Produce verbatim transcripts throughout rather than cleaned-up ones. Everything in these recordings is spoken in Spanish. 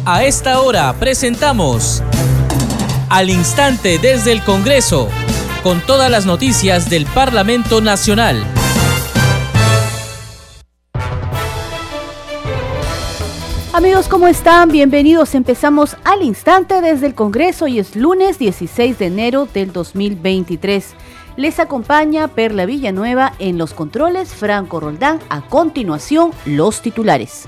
A esta hora presentamos Al Instante desde el Congreso, con todas las noticias del Parlamento Nacional. Amigos, ¿cómo están? Bienvenidos. Empezamos Al Instante desde el Congreso y es lunes dieciséis de enero del dos mil veintitrés. Les acompaña Perla Villanueva en los controles, Franco Roldán. A continuación, los titulares.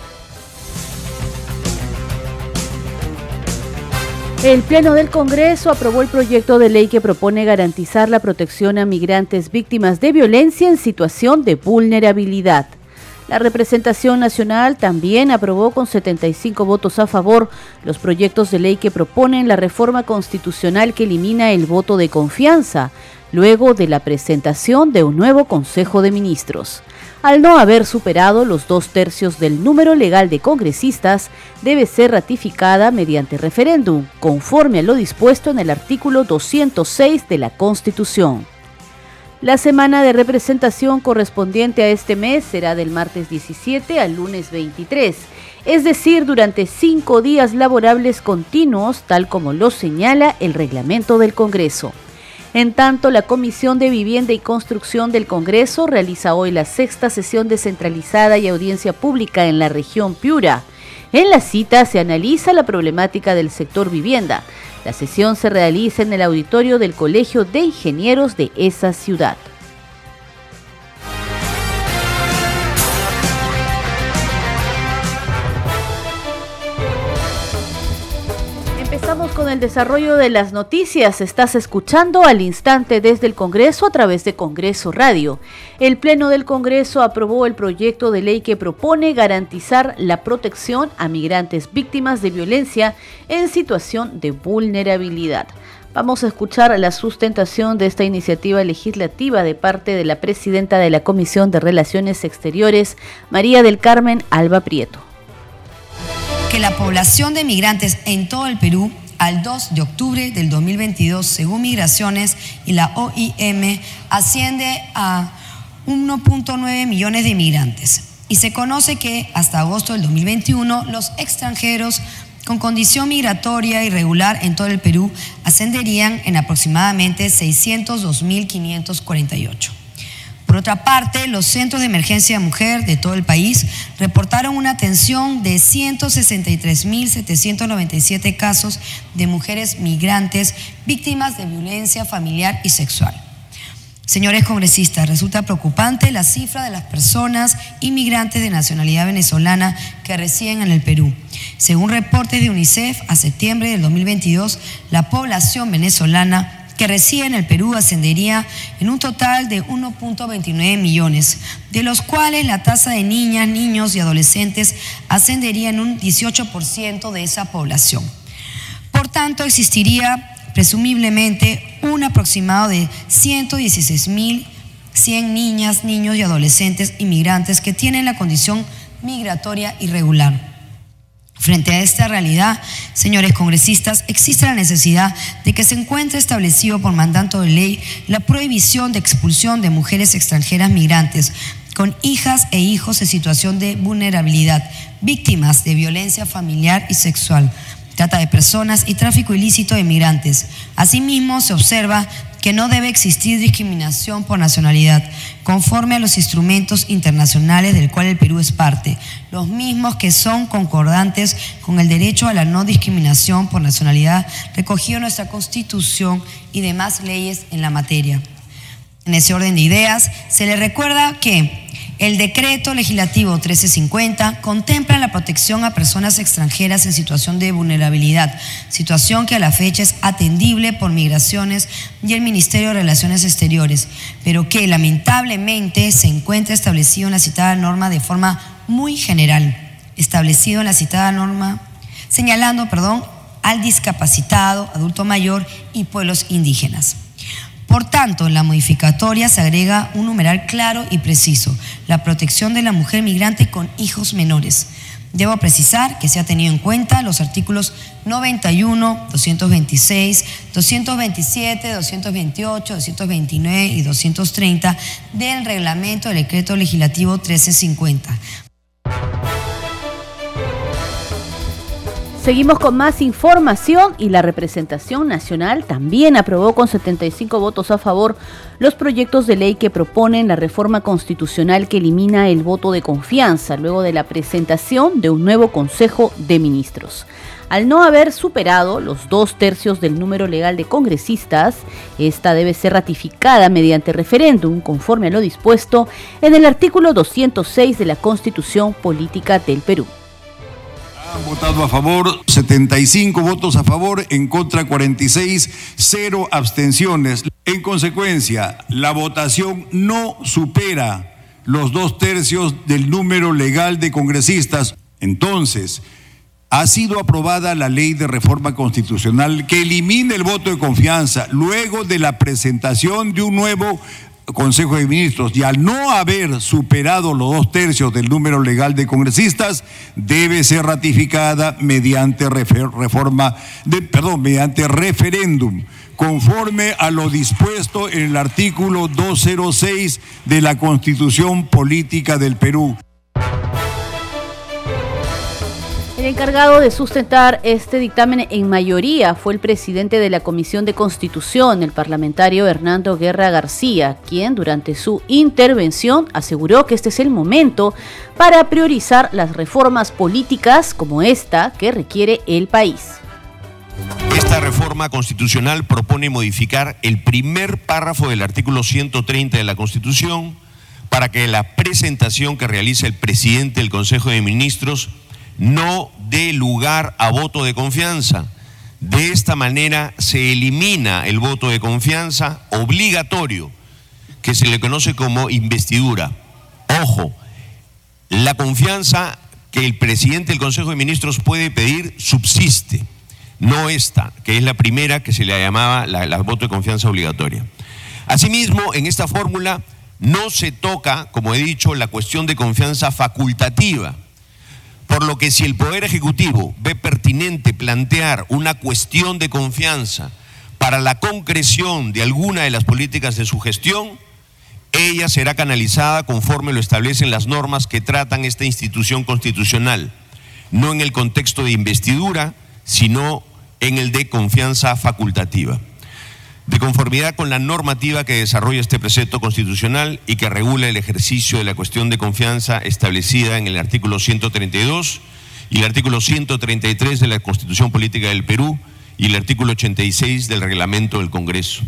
El Pleno del Congreso aprobó el proyecto de ley que propone garantizar la protección a migrantes víctimas de violencia en situación de vulnerabilidad. La representación nacional también aprobó con setenta y cinco votos a favor los proyectos de ley que proponen la reforma constitucional que elimina el voto de confianza, luego de la presentación de un nuevo Consejo de Ministros. Al no haber superado los dos tercios del número legal de congresistas, debe ser ratificada mediante referéndum, conforme a lo dispuesto en el artículo doscientos seis de la Constitución. La semana de representación correspondiente a este mes será del martes diecisiete al lunes veintitrés, es decir, durante cinco días laborables continuos, tal como lo señala el reglamento del Congreso. En tanto, la Comisión de Vivienda y Construcción del Congreso realiza hoy la sexta sesión descentralizada y audiencia pública en la región Piura. En la cita se analiza la problemática del sector vivienda. La sesión se realiza en el auditorio del Colegio de Ingenieros de esa ciudad. Empezamos con el desarrollo de las noticias. Estás escuchando Al Instante desde el Congreso a través de Congreso Radio. El Pleno del Congreso aprobó el proyecto de ley que propone garantizar la protección a migrantes víctimas de violencia en situación de vulnerabilidad. Vamos a escuchar la sustentación de esta iniciativa legislativa de parte de la presidenta de la Comisión de Relaciones Exteriores, María del Carmen Alba Prieto. Que la población de migrantes en todo el Perú al dos de octubre del dos mil veintidós, según Migraciones y la O I M, asciende a uno punto nueve millones de migrantes. Y se conoce que hasta agosto del dos mil veintiuno los extranjeros con condición migratoria irregular en todo el Perú ascenderían en aproximadamente seiscientos dos mil quinientos cuarenta y ocho. Por otra parte, los centros de emergencia de mujer de todo el país reportaron una atención de ciento sesenta y tres mil setecientos noventa y siete casos de mujeres migrantes víctimas de violencia familiar y sexual. Señores congresistas, resulta preocupante la cifra de las personas inmigrantes de nacionalidad venezolana que residen en el Perú. Según reportes de UNICEF, a septiembre del dos mil veintidós, la población venezolana que reside en el Perú ascendería en un total de uno punto veintinueve millones, de los cuales la tasa de niñas, niños y adolescentes ascendería en un dieciocho por ciento de esa población. Por tanto, existiría presumiblemente un aproximado de ciento dieciséis mil cien niñas, niños y adolescentes inmigrantes que tienen la condición migratoria irregular. Frente a esta realidad, señores congresistas, existe la necesidad de que se encuentre establecido por mandato de ley la prohibición de expulsión de mujeres extranjeras migrantes con hijas e hijos en situación de vulnerabilidad, víctimas de violencia familiar y sexual, trata de personas y tráfico ilícito de migrantes. Asimismo, se observa que no debe existir discriminación por nacionalidad, conforme a los instrumentos internacionales del cual el Perú es parte, los mismos que son concordantes con el derecho a la no discriminación por nacionalidad recogido en nuestra Constitución y demás leyes en la materia. En ese orden de ideas, se le recuerda que el decreto legislativo mil trescientos cincuenta contempla la protección a personas extranjeras en situación de vulnerabilidad, situación que a la fecha es atendible por Migraciones y el Ministerio de Relaciones Exteriores, pero que lamentablemente se encuentra establecido en la citada norma de forma muy general, establecido en la citada norma, señalando, perdón, al discapacitado, adulto mayor y pueblos indígenas. Por tanto, en la modificatoria se agrega un numeral claro y preciso: la protección de la mujer migrante con hijos menores. Debo precisar que se ha tenido en cuenta los artículos noventa y uno, doscientos veintiséis, doscientos veintisiete, doscientos veintiocho, doscientos veintinueve y doscientos treinta del reglamento del decreto legislativo mil trescientos cincuenta. Seguimos con más información y la representación nacional también aprobó con setenta y cinco votos a favor los proyectos de ley que proponen la reforma constitucional que elimina el voto de confianza luego de la presentación de un nuevo Consejo de Ministros. Al no haber superado los dos tercios del número legal de congresistas, esta debe ser ratificada mediante referéndum conforme a lo dispuesto en el artículo doscientos seis de la Constitución Política del Perú. Han votado a favor setenta y cinco votos a favor, en contra cuarenta y seis, cero abstenciones. En consecuencia, la votación no supera los dos tercios del número legal de congresistas. Entonces, ha sido aprobada la ley de reforma constitucional que elimina el voto de confianza luego de la presentación de un nuevo Consejo de Ministros, y al no haber superado los dos tercios del número legal de congresistas, debe ser ratificada mediante reforma, de, perdón, mediante referéndum, conforme a lo dispuesto en el artículo doscientos seis de la Constitución Política del Perú. El encargado de sustentar este dictamen en mayoría fue el presidente de la Comisión de Constitución, el parlamentario Hernando Guerra García, quien durante su intervención aseguró que este es el momento para priorizar las reformas políticas como esta que requiere el país. Esta reforma constitucional propone modificar el primer párrafo del artículo ciento treinta de la Constitución para que la presentación que realiza el presidente del Consejo de Ministros no dé lugar a voto de confianza. De esta manera se elimina el voto de confianza obligatorio, que se le conoce como investidura. Ojo, la confianza que el presidente del Consejo de Ministros puede pedir subsiste, no esta, que es la primera que se le llamaba la, la voto de confianza obligatoria. Asimismo, en esta fórmula no se toca, como he dicho, la cuestión de confianza facultativa, por lo que si el Poder Ejecutivo ve pertinente plantear una cuestión de confianza para la concreción de alguna de las políticas de su gestión, ella será canalizada conforme lo establecen las normas que tratan esta institución constitucional, no en el contexto de investidura, sino en el de confianza facultativa. De conformidad con la normativa que desarrolla este precepto constitucional y que regula el ejercicio de la cuestión de confianza establecida en el artículo ciento treinta y dos y el artículo ciento treinta y tres de la Constitución Política del Perú y el artículo ochenta y seis del Reglamento del Congreso.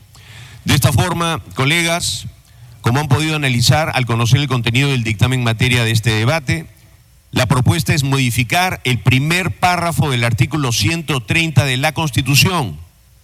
De esta forma, colegas, como han podido analizar al conocer el contenido del dictamen en materia de este debate, la propuesta es modificar el primer párrafo del artículo ciento treinta de la Constitución,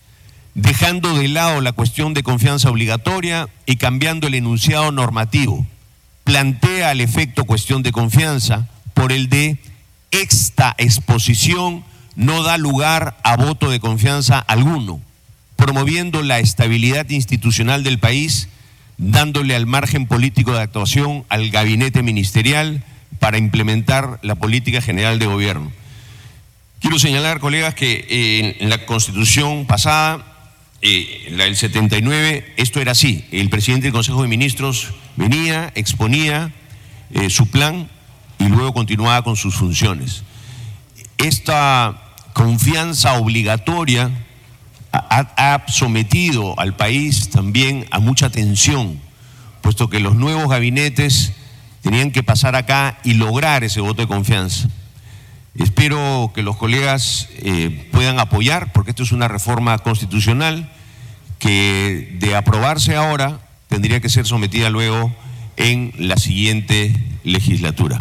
dejando de lado la cuestión de confianza obligatoria y cambiando el enunciado normativo. Plantea al efecto cuestión de confianza por el de esta exposición no da lugar a voto de confianza alguno, promoviendo la estabilidad institucional del país, dándole al margen político de actuación al gabinete ministerial para implementar la política general de gobierno. Quiero señalar, colegas, que en la Constitución pasada, Eh, la del setenta y nueve, esto era así: el presidente del Consejo de Ministros venía, exponía eh, su plan y luego continuaba con sus funciones. Esta confianza obligatoria ha, ha sometido al país también a mucha tensión, puesto que los nuevos gabinetes tenían que pasar acá y lograr ese voto de confianza. Espero que los colegas eh, puedan apoyar, porque esto es una reforma constitucional que, de aprobarse ahora, tendría que ser sometida luego en la siguiente legislatura.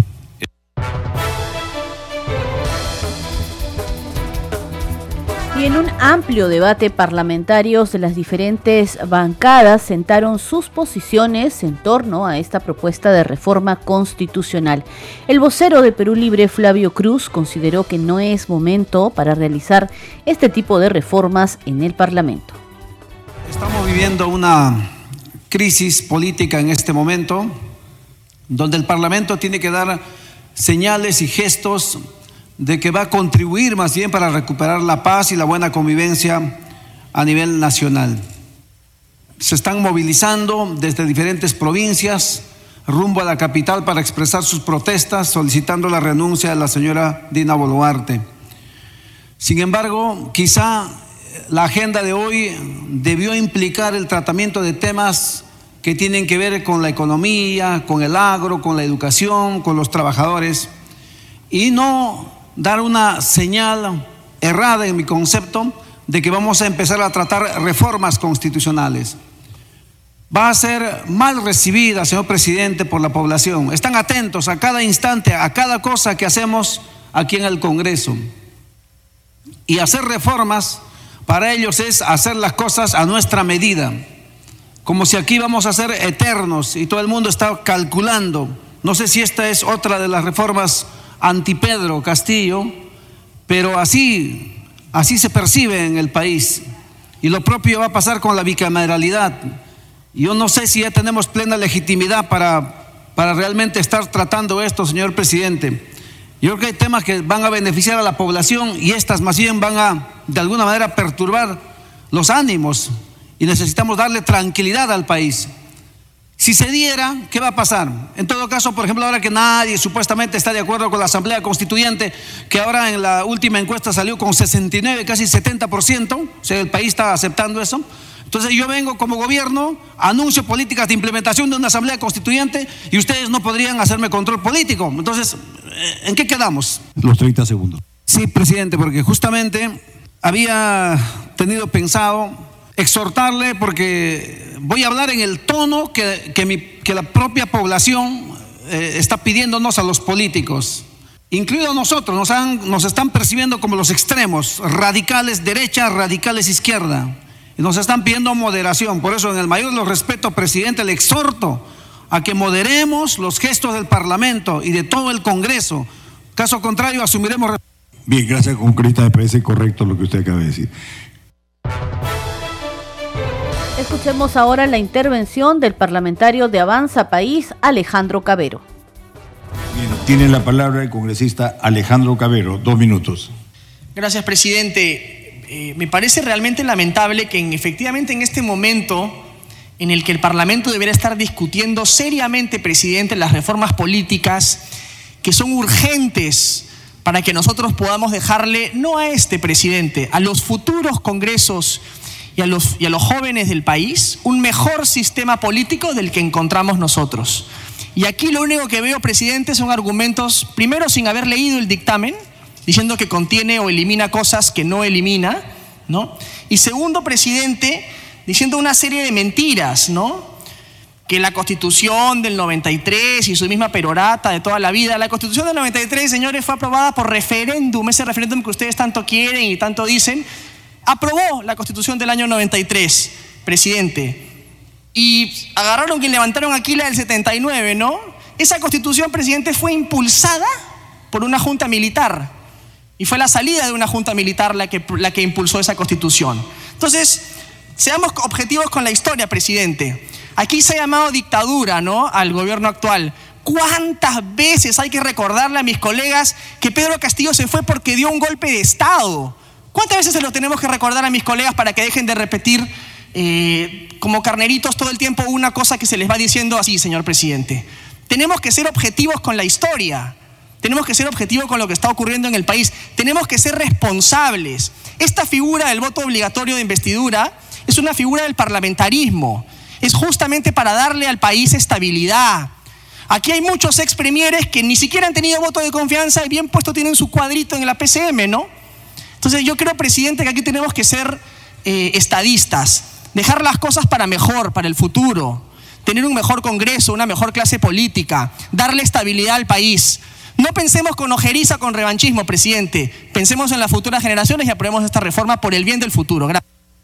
Y en un amplio debate parlamentario, de las diferentes bancadas sentaron sus posiciones en torno a esta propuesta de reforma constitucional. El vocero de Perú Libre, Flavio Cruz, consideró que no es momento para realizar este tipo de reformas en el Parlamento. Estamos viviendo una crisis política en este momento, donde el Parlamento tiene que dar señales y gestos de que va a contribuir más bien para recuperar la paz y la buena convivencia a nivel nacional. Se están movilizando desde diferentes provincias rumbo a la capital para expresar sus protestas, solicitando la renuncia de la señora Dina Boluarte. Sin embargo, quizá la agenda de hoy debió implicar el tratamiento de temas que tienen que ver con la economía, con el agro, con la educación, con los trabajadores, y no dar una señal errada en mi concepto de que vamos a empezar a tratar reformas constitucionales. Va a ser mal recibida, señor presidente, por la población. Están atentos a cada instante, a cada cosa que hacemos aquí en el Congreso. Y hacer reformas para ellos es hacer las cosas a nuestra medida, como si aquí vamos a ser eternos y todo el mundo está calculando. No sé si esta es otra de las reformas anti-Pedro Castillo, pero así, así se percibe en el país. Y lo propio va a pasar con la bicameralidad. Yo no sé si ya tenemos plena legitimidad para, para realmente estar tratando esto, señor presidente. Yo creo que hay temas que van a beneficiar a la población y estas más bien van a, de alguna manera, perturbar los ánimos y necesitamos darle tranquilidad al país. Si se diera, ¿qué va a pasar? En todo caso, por ejemplo, ahora que nadie supuestamente está de acuerdo con la Asamblea Constituyente, que ahora en la última encuesta salió con sesenta y nueve, casi setenta por ciento, o sea, el país está aceptando eso. Entonces yo vengo como gobierno, anuncio políticas de implementación de una Asamblea Constituyente y ustedes no podrían hacerme control político. Entonces, ¿en qué quedamos? Los treinta segundos. Sí, presidente, porque justamente había tenido pensado exhortarle, porque voy a hablar en el tono que, que, mi, que la propia población eh, está pidiéndonos a los políticos, incluidos nosotros. Nos, han, nos están percibiendo como los extremos, radicales derecha, radicales izquierda. Y nos están pidiendo moderación. Por eso, en el mayor de los respetos, presidente, le exhorto a que moderemos los gestos del Parlamento y de todo el Congreso. Caso contrario, asumiremos. Bien, gracias, concreta. Me parece correcto lo que usted acaba de decir. Escuchemos ahora la intervención del parlamentario de Avanza País, Alejandro Cabero. Bien, tiene la palabra el congresista Alejandro Cabero. Dos minutos. Gracias, presidente. Eh, me parece realmente lamentable que en, efectivamente en este momento en el que el Parlamento debería estar discutiendo seriamente, presidente, las reformas políticas que son urgentes para que nosotros podamos dejarle, no a este presidente, a los futuros congresos y a los, y a los jóvenes del país, un mejor sistema político del que encontramos nosotros. Y aquí lo único que veo, presidente, son argumentos, primero sin haber leído el dictamen, diciendo que contiene o elimina cosas que no elimina, ¿no? Y segundo, presidente, diciendo una serie de mentiras, ¿no? Que la Constitución del noventa y tres y su misma perorata de toda la vida. La Constitución del noventa y tres, señores, fue aprobada por referéndum, ese referéndum que ustedes tanto quieren y tanto dicen. Aprobó la Constitución del año noventa y tres, presidente. Y agarraron y levantaron aquí la del setenta y nueve, ¿no? Esa Constitución, presidente, fue impulsada por una junta militar. Y fue la salida de una junta militar la que, la que impulsó esa Constitución. Entonces, seamos objetivos con la historia, presidente. Aquí se ha llamado dictadura, ¿no?, al gobierno actual. ¿Cuántas veces hay que recordarle a mis colegas que Pedro Castillo se fue porque dio un golpe de Estado? ¿Cuántas veces se lo tenemos que recordar a mis colegas para que dejen de repetir eh, como carneritos todo el tiempo una cosa que se les va diciendo así, señor presidente? Tenemos que ser objetivos con la historia. Tenemos que ser objetivos con lo que está ocurriendo en el país. Tenemos que ser responsables. Esta figura del voto obligatorio de investidura es una figura del parlamentarismo. Es justamente para darle al país estabilidad. Aquí hay muchos ex premieres que ni siquiera han tenido voto de confianza y bien puesto tienen su cuadrito en la P C M, ¿no? Entonces yo creo, presidente, que aquí tenemos que ser eh, estadistas. Dejar las cosas para mejor, para el futuro. Tener un mejor Congreso, una mejor clase política. Darle estabilidad al país. No pensemos con ojeriza, con revanchismo, presidente. Pensemos en las futuras generaciones y aprobemos esta reforma por el bien del futuro. Gracias.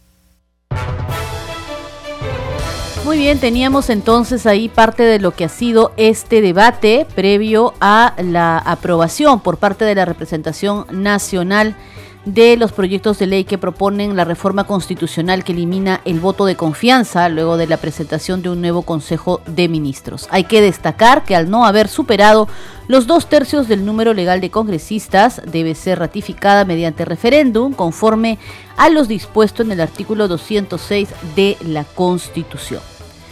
Muy bien, teníamos entonces ahí parte de lo que ha sido este debate previo a la aprobación por parte de la representación nacional de los proyectos de ley que proponen la reforma constitucional que elimina el voto de confianza luego de la presentación de un nuevo Consejo de Ministros. Hay que destacar que al no haber superado los dos tercios del número legal de congresistas, debe ser ratificada mediante referéndum conforme a los dispuesto en el artículo doscientos seis de la Constitución.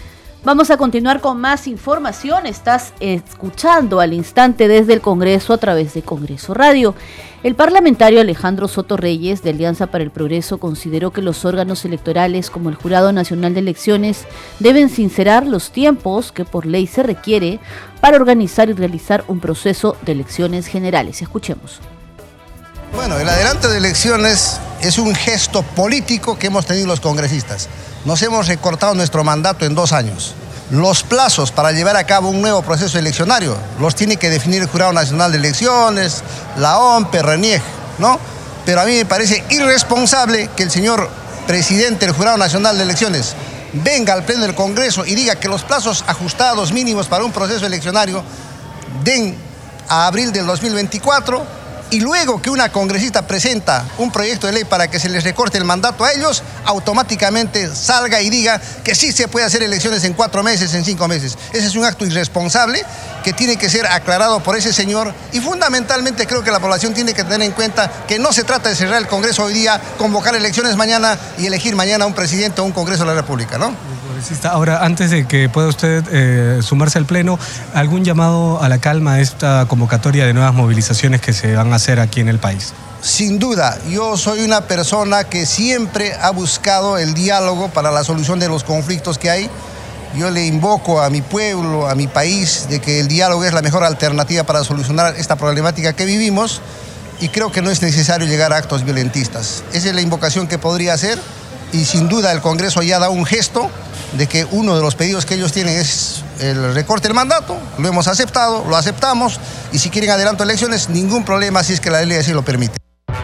Vamos a continuar con más información. Estás escuchando al instante desde el Congreso a través de Congreso Radio. El parlamentario Alejandro Soto Reyes, de Alianza para el Progreso, consideró que los órganos electorales, como el Jurado Nacional de Elecciones, deben sincerar los tiempos que por ley se requiere para organizar y realizar un proceso de elecciones generales. Escuchemos. Bueno, el adelanto de elecciones es un gesto político que hemos tenido los congresistas. Nos hemos recortado nuestro mandato en dos años. Los plazos para llevar a cabo un nuevo proceso eleccionario los tiene que definir el Jurado Nacional de Elecciones, la O M P, RENIEG, ¿no? Pero a mí me parece irresponsable que el señor presidente del Jurado Nacional de Elecciones venga al Pleno del Congreso y diga que los plazos ajustados mínimos para un proceso eleccionario den a abril del dos mil veinticuatro, y luego que una congresista presenta un proyecto de ley para que se les recorte el mandato a ellos, automáticamente salga y diga que sí se puede hacer elecciones en cuatro meses, en cinco meses. Ese es un acto irresponsable que tiene que ser aclarado por ese señor, y fundamentalmente creo que la población tiene que tener en cuenta que no se trata de cerrar el Congreso hoy día, convocar elecciones mañana y elegir mañana un presidente o un Congreso de la República, ¿no? Ahora, antes de que pueda usted eh, sumarse al Pleno, ¿algún llamado a la calma a esta convocatoria de nuevas movilizaciones que se van a hacer aquí en el país? Sin duda, yo soy una persona que siempre ha buscado el diálogo para la solución de los conflictos que hay. Yo le invoco a mi pueblo, a mi país, de que el diálogo es la mejor alternativa para solucionar esta problemática que vivimos, y creo que no es necesario llegar a actos violentistas. Esa es la invocación que podría hacer, y sin duda el Congreso ya da un gesto de que uno de los pedidos que ellos tienen es el recorte del mandato. Lo hemos aceptado, lo aceptamos, y si quieren adelanto de elecciones, ningún problema si es que la ley así lo permite.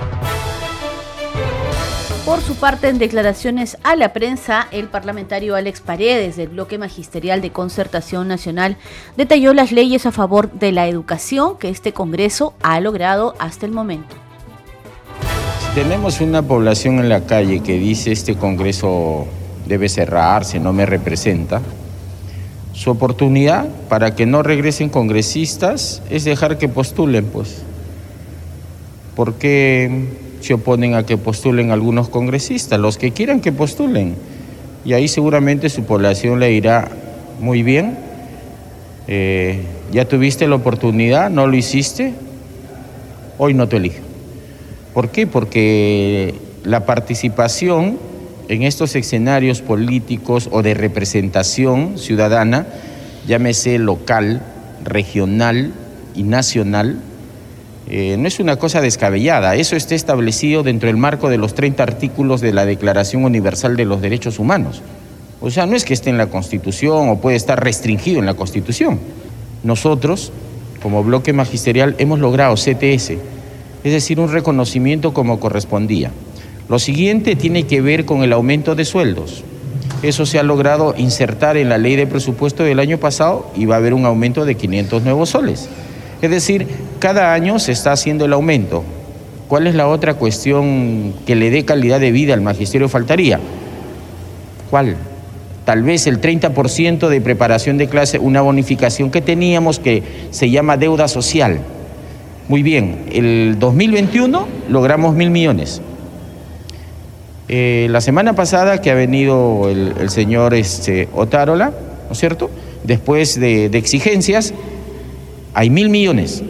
Por su parte, en declaraciones a la prensa, el parlamentario Alex Paredes, del Bloque Magisterial de Concertación Nacional, detalló las leyes a favor de la educación que este Congreso ha logrado hasta el momento. Si tenemos una población en la calle que dice este Congreso debe cerrarse, no me representa, su oportunidad para que no regresen congresistas es dejar que postulen, pues. ¿Por qué se oponen a que postulen algunos congresistas? Los que quieran que postulen, y ahí seguramente su población le irá muy bien. Eh, ya tuviste la oportunidad, no lo hiciste, hoy no te elijo. ¿Por qué? Porque la participación en estos escenarios políticos o de representación ciudadana, llámese local, regional y nacional, eh, no es una cosa descabellada. Eso está establecido dentro del marco de los treinta artículos de la Declaración Universal de los Derechos Humanos. O sea, no es que esté en la Constitución o puede estar restringido en la Constitución. Nosotros, como bloque magisterial, hemos logrado C T S, es decir, un reconocimiento como correspondía. Lo siguiente tiene que ver con el aumento de sueldos. Eso se ha logrado insertar en la ley de presupuesto del año pasado, y va a haber un aumento de quinientos nuevos soles. Es decir, cada año se está haciendo el aumento. ¿Cuál es la otra cuestión que le dé calidad de vida al magisterio faltaría? ¿Cuál? Tal vez el treinta por ciento de preparación de clase, una bonificación que teníamos que se llama deuda social. Muy bien, el dos mil veintiuno logramos mil millones. Eh, la semana pasada que ha venido el, el señor este, Otárola, ¿no es cierto? Después de, de exigencias, hay mil millones.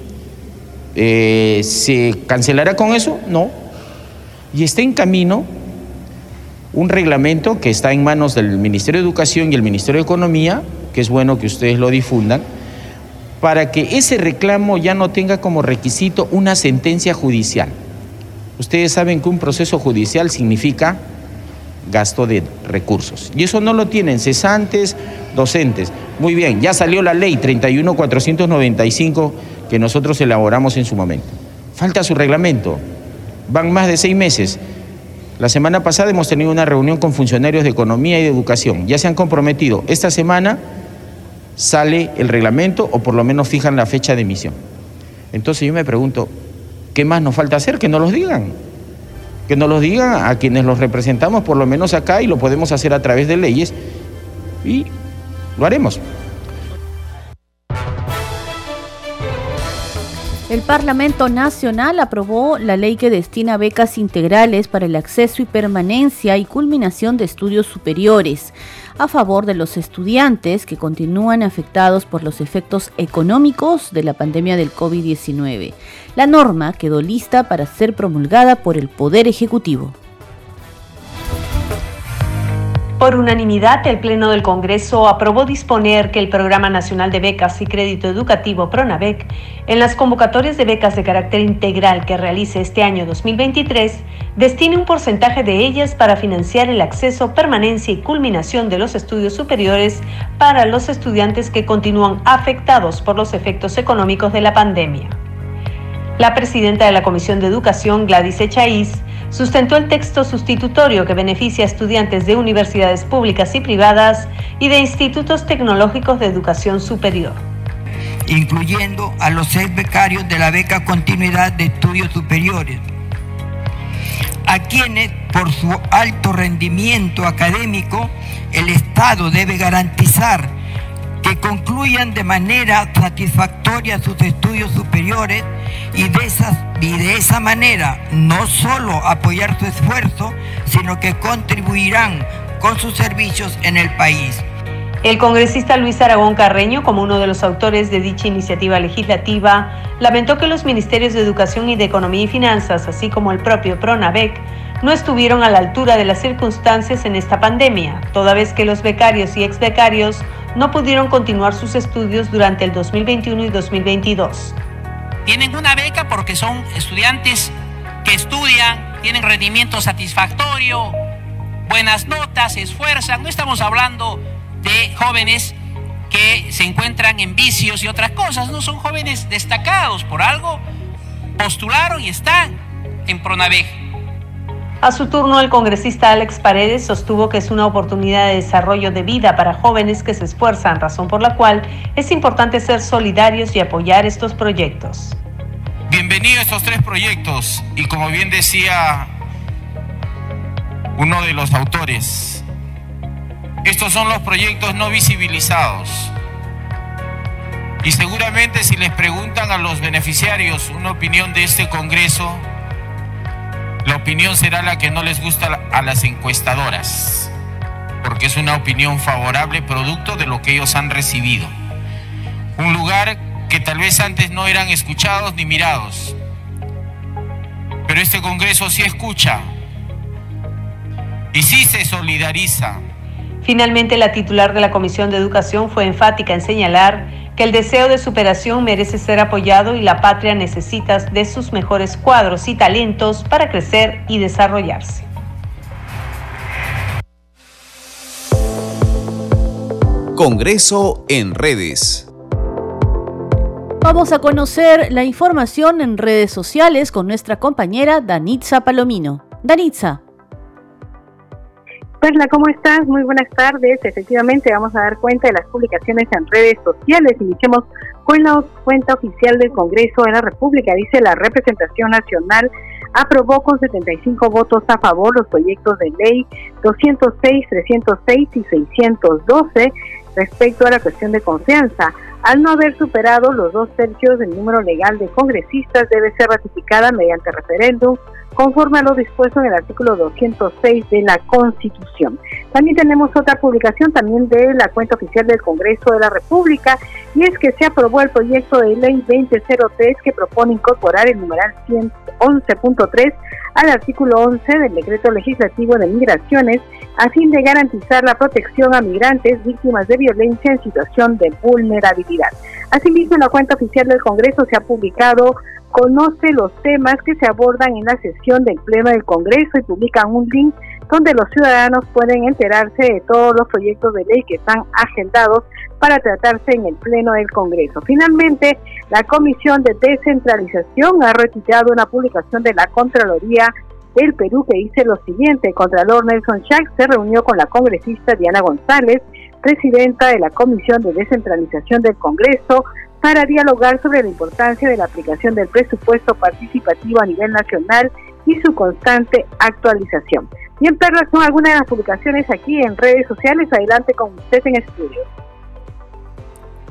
Eh, ¿Se cancelará con eso? No. Y está en camino un reglamento que está en manos del Ministerio de Educación y el Ministerio de Economía, que es bueno que ustedes lo difundan, para que ese reclamo ya no tenga como requisito una sentencia judicial. Ustedes saben que un proceso judicial significa gasto de recursos, y eso no lo tienen cesantes, docentes. Muy bien, ya salió la ley treinta y uno mil cuatrocientos noventa y cinco que nosotros elaboramos en su momento. Falta su reglamento, van más de seis meses. La semana pasada hemos tenido una reunión con funcionarios de Economía y de Educación, ya se han comprometido. Esta semana sale el reglamento, o por lo menos fijan la fecha de emisión. Entonces yo me pregunto, ¿qué más nos falta hacer? Que nos los digan. Que nos los digan a quienes los representamos, por lo menos acá, y lo podemos hacer a través de leyes, y lo haremos. El Parlamento Nacional aprobó la ley que destina becas integrales para el acceso y permanencia y culminación de estudios superiores a favor de los estudiantes que continúan afectados por los efectos económicos de la pandemia del COVID diecinueve. La norma quedó lista para ser promulgada por el Poder Ejecutivo. Por unanimidad, el Pleno del Congreso aprobó disponer que el Programa Nacional de Becas y Crédito Educativo PRONAVEC, en las convocatorias de becas de carácter integral que realice este año dos mil veintitrés, destine un porcentaje de ellas para financiar el acceso, permanencia y culminación de los estudios superiores para los estudiantes que continúan afectados por los efectos económicos de la pandemia. La presidenta de la Comisión de Educación, Gladys Echaíz, sustentó el texto sustitutorio que beneficia a estudiantes de universidades públicas y privadas y de institutos tecnológicos de educación superior, incluyendo a los ex becarios de la beca Continuidad de Estudios Superiores, a quienes, por su alto rendimiento académico, el Estado debe garantizar que concluyan de manera satisfactoria sus estudios superiores y de, esas, y de esa manera no solo apoyar su esfuerzo, sino que contribuirán con sus servicios en el país. El congresista Luis Aragón Carreño, como uno de los autores de dicha iniciativa legislativa, lamentó que los ministerios de Educación y de Economía y Finanzas, así como el propio PRONAVEC, no estuvieron a la altura de las circunstancias en esta pandemia, toda vez que los becarios y exbecarios no pudieron continuar sus estudios durante el dos mil veintiuno y dos mil veintidós. Tienen una beca porque son estudiantes que estudian, tienen rendimiento satisfactorio, buenas notas, se esfuerzan. No estamos hablando de jóvenes que se encuentran en vicios y otras cosas, no, son jóvenes destacados, por algo postularon y están en PRONAVEC. A su turno, el congresista Alex Paredes sostuvo que es una oportunidad de desarrollo de vida para jóvenes que se esfuerzan, razón por la cual es importante ser solidarios y apoyar estos proyectos. Bienvenido a estos tres proyectos y, como bien decía uno de los autores, estos son los proyectos no visibilizados. Y seguramente si les preguntan a los beneficiarios una opinión de este Congreso, la opinión será la que no les gusta a las encuestadoras, porque es una opinión favorable producto de lo que ellos han recibido. Un lugar que tal vez antes no eran escuchados ni mirados, pero este Congreso sí escucha y sí se solidariza. Finalmente, la titular de la Comisión de Educación fue enfática en señalar que el deseo de superación merece ser apoyado y la patria necesita de sus mejores cuadros y talentos para crecer y desarrollarse. Congreso en redes. Vamos a conocer la información en redes sociales con nuestra compañera Danitza Palomino. Danitza. Perla, ¿cómo estás? Muy buenas tardes. Efectivamente, vamos a dar cuenta de las publicaciones en redes sociales. Iniciemos con la cuenta oficial del Congreso de la República. Dice: la representación nacional aprobó con setenta y cinco votos a favor los proyectos de ley doscientos seis, trescientos seis y seiscientos doce respecto a la cuestión de confianza. Al no haber superado los dos tercios del número legal de congresistas, debe ser ratificada mediante referéndum, conforme a lo dispuesto en el artículo doscientos seis de la Constitución. También tenemos otra publicación también de la cuenta oficial del Congreso de la República, y es que se aprobó el proyecto de ley veinte cero tres que propone incorporar el numeral ciento once punto tres al artículo once del Decreto Legislativo de Migraciones, a fin de garantizar la protección a migrantes víctimas de violencia en situación de vulnerabilidad. Asimismo, en la cuenta oficial del Congreso se ha publicado Conoce los temas que se abordan en la sesión del Pleno del Congreso y publican un link donde los ciudadanos pueden enterarse de todos los proyectos de ley que están agendados para tratarse en el Pleno del Congreso. Finalmente, la Comisión de Descentralización ha retirado una publicación de la Contraloría del Perú que dice lo siguiente: el Contralor Nelson Schack se reunió con la congresista Diana González, presidenta de la Comisión de Descentralización del Congreso, para dialogar sobre la importancia de la aplicación del presupuesto participativo a nivel nacional y su constante actualización. Bien, Perla, son algunas de las publicaciones aquí en redes sociales. Adelante con usted en estudio.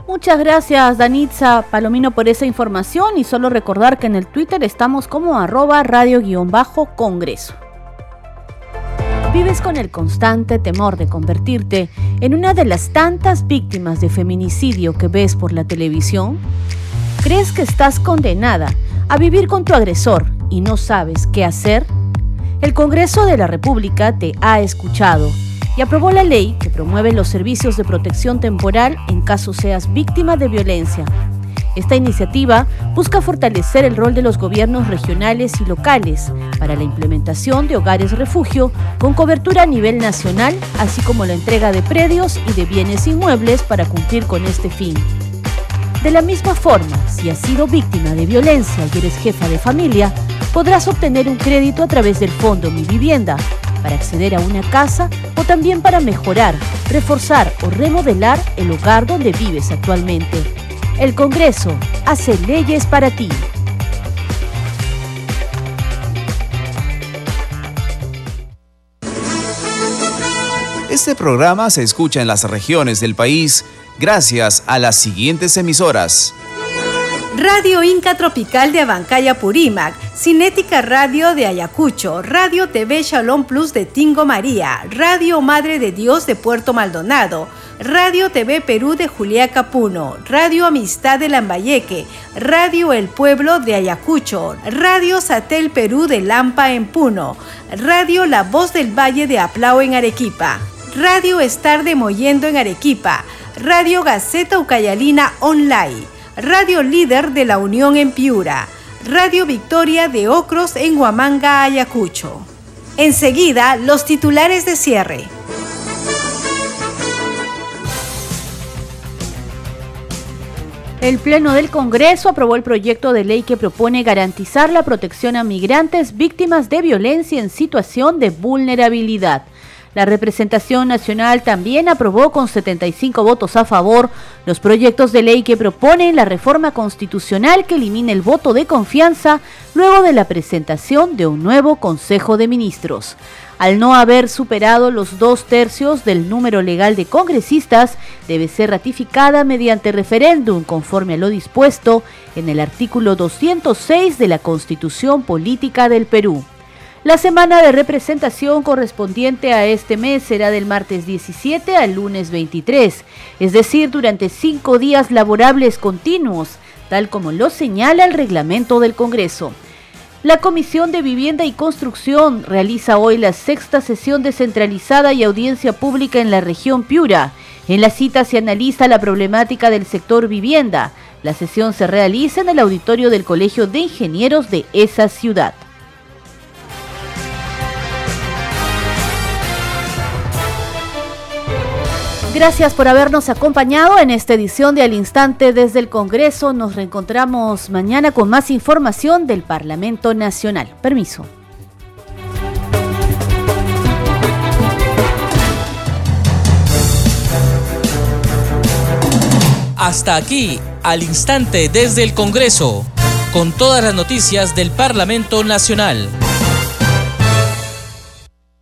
Muchas gracias, Danitza Palomino, por esa información, y solo recordar que en el Twitter estamos como arroba radio-congreso. ¿Vives con el constante temor de convertirte en una de las tantas víctimas de feminicidio que ves por la televisión? ¿Crees que estás condenada a vivir con tu agresor y no sabes qué hacer? El Congreso de la República te ha escuchado y aprobó la ley que promueve los servicios de protección temporal en caso seas víctima de violencia. Esta iniciativa busca fortalecer el rol de los gobiernos regionales y locales para la implementación de hogares refugio con cobertura a nivel nacional, así como la entrega de predios y de bienes inmuebles para cumplir con este fin. De la misma forma, si has sido víctima de violencia y eres jefa de familia, podrás obtener un crédito a través del Fondo Mi Vivienda para acceder a una casa o también para mejorar, reforzar o remodelar el hogar donde vives actualmente. El Congreso hace leyes para ti. Este programa se escucha en las regiones del país gracias a las siguientes emisoras: Radio Inca Tropical de Abancaya, Purímac, Cinética Radio de Ayacucho, Radio T V Shalom Plus de Tingo María, Radio Madre de Dios de Puerto Maldonado, Radio T V Perú de Juliaca, Puno, Radio Amistad de Lambayeque, Radio El Pueblo de Ayacucho, Radio Satel Perú de Lampa en Puno, Radio La Voz del Valle de Aplao en Arequipa, Radio Estar de Mollendo en Arequipa, Radio Gaceta Ucayalina Online, Radio Líder de La Unión en Piura, Radio Victoria de Ocros en Huamanga, Ayacucho. Enseguida, los titulares de cierre. El Pleno del Congreso aprobó el proyecto de ley que propone garantizar la protección a migrantes víctimas de violencia en situación de vulnerabilidad. La representación nacional también aprobó con setenta y cinco votos a favor los proyectos de ley que proponen la reforma constitucional que elimina el voto de confianza luego de la presentación de un nuevo Consejo de Ministros. Al no haber superado los dos tercios del número legal de congresistas, debe ser ratificada mediante referéndum conforme a lo dispuesto en el artículo doscientos seis de la Constitución Política del Perú. La semana de representación correspondiente a este mes será del martes diecisiete al lunes veintitrés, es decir, durante cinco días laborables continuos, tal como lo señala el reglamento del Congreso. La Comisión de Vivienda y Construcción realiza hoy la sexta sesión descentralizada y audiencia pública en la región Piura. En la cita se analiza la problemática del sector vivienda. La sesión se realiza en el auditorio del Colegio de Ingenieros de esa ciudad. Gracias por habernos acompañado en esta edición de Al Instante desde el Congreso. Nos reencontramos mañana con más información del Parlamento Nacional. Permiso. Hasta aquí, Al Instante desde el Congreso, con todas las noticias del Parlamento Nacional.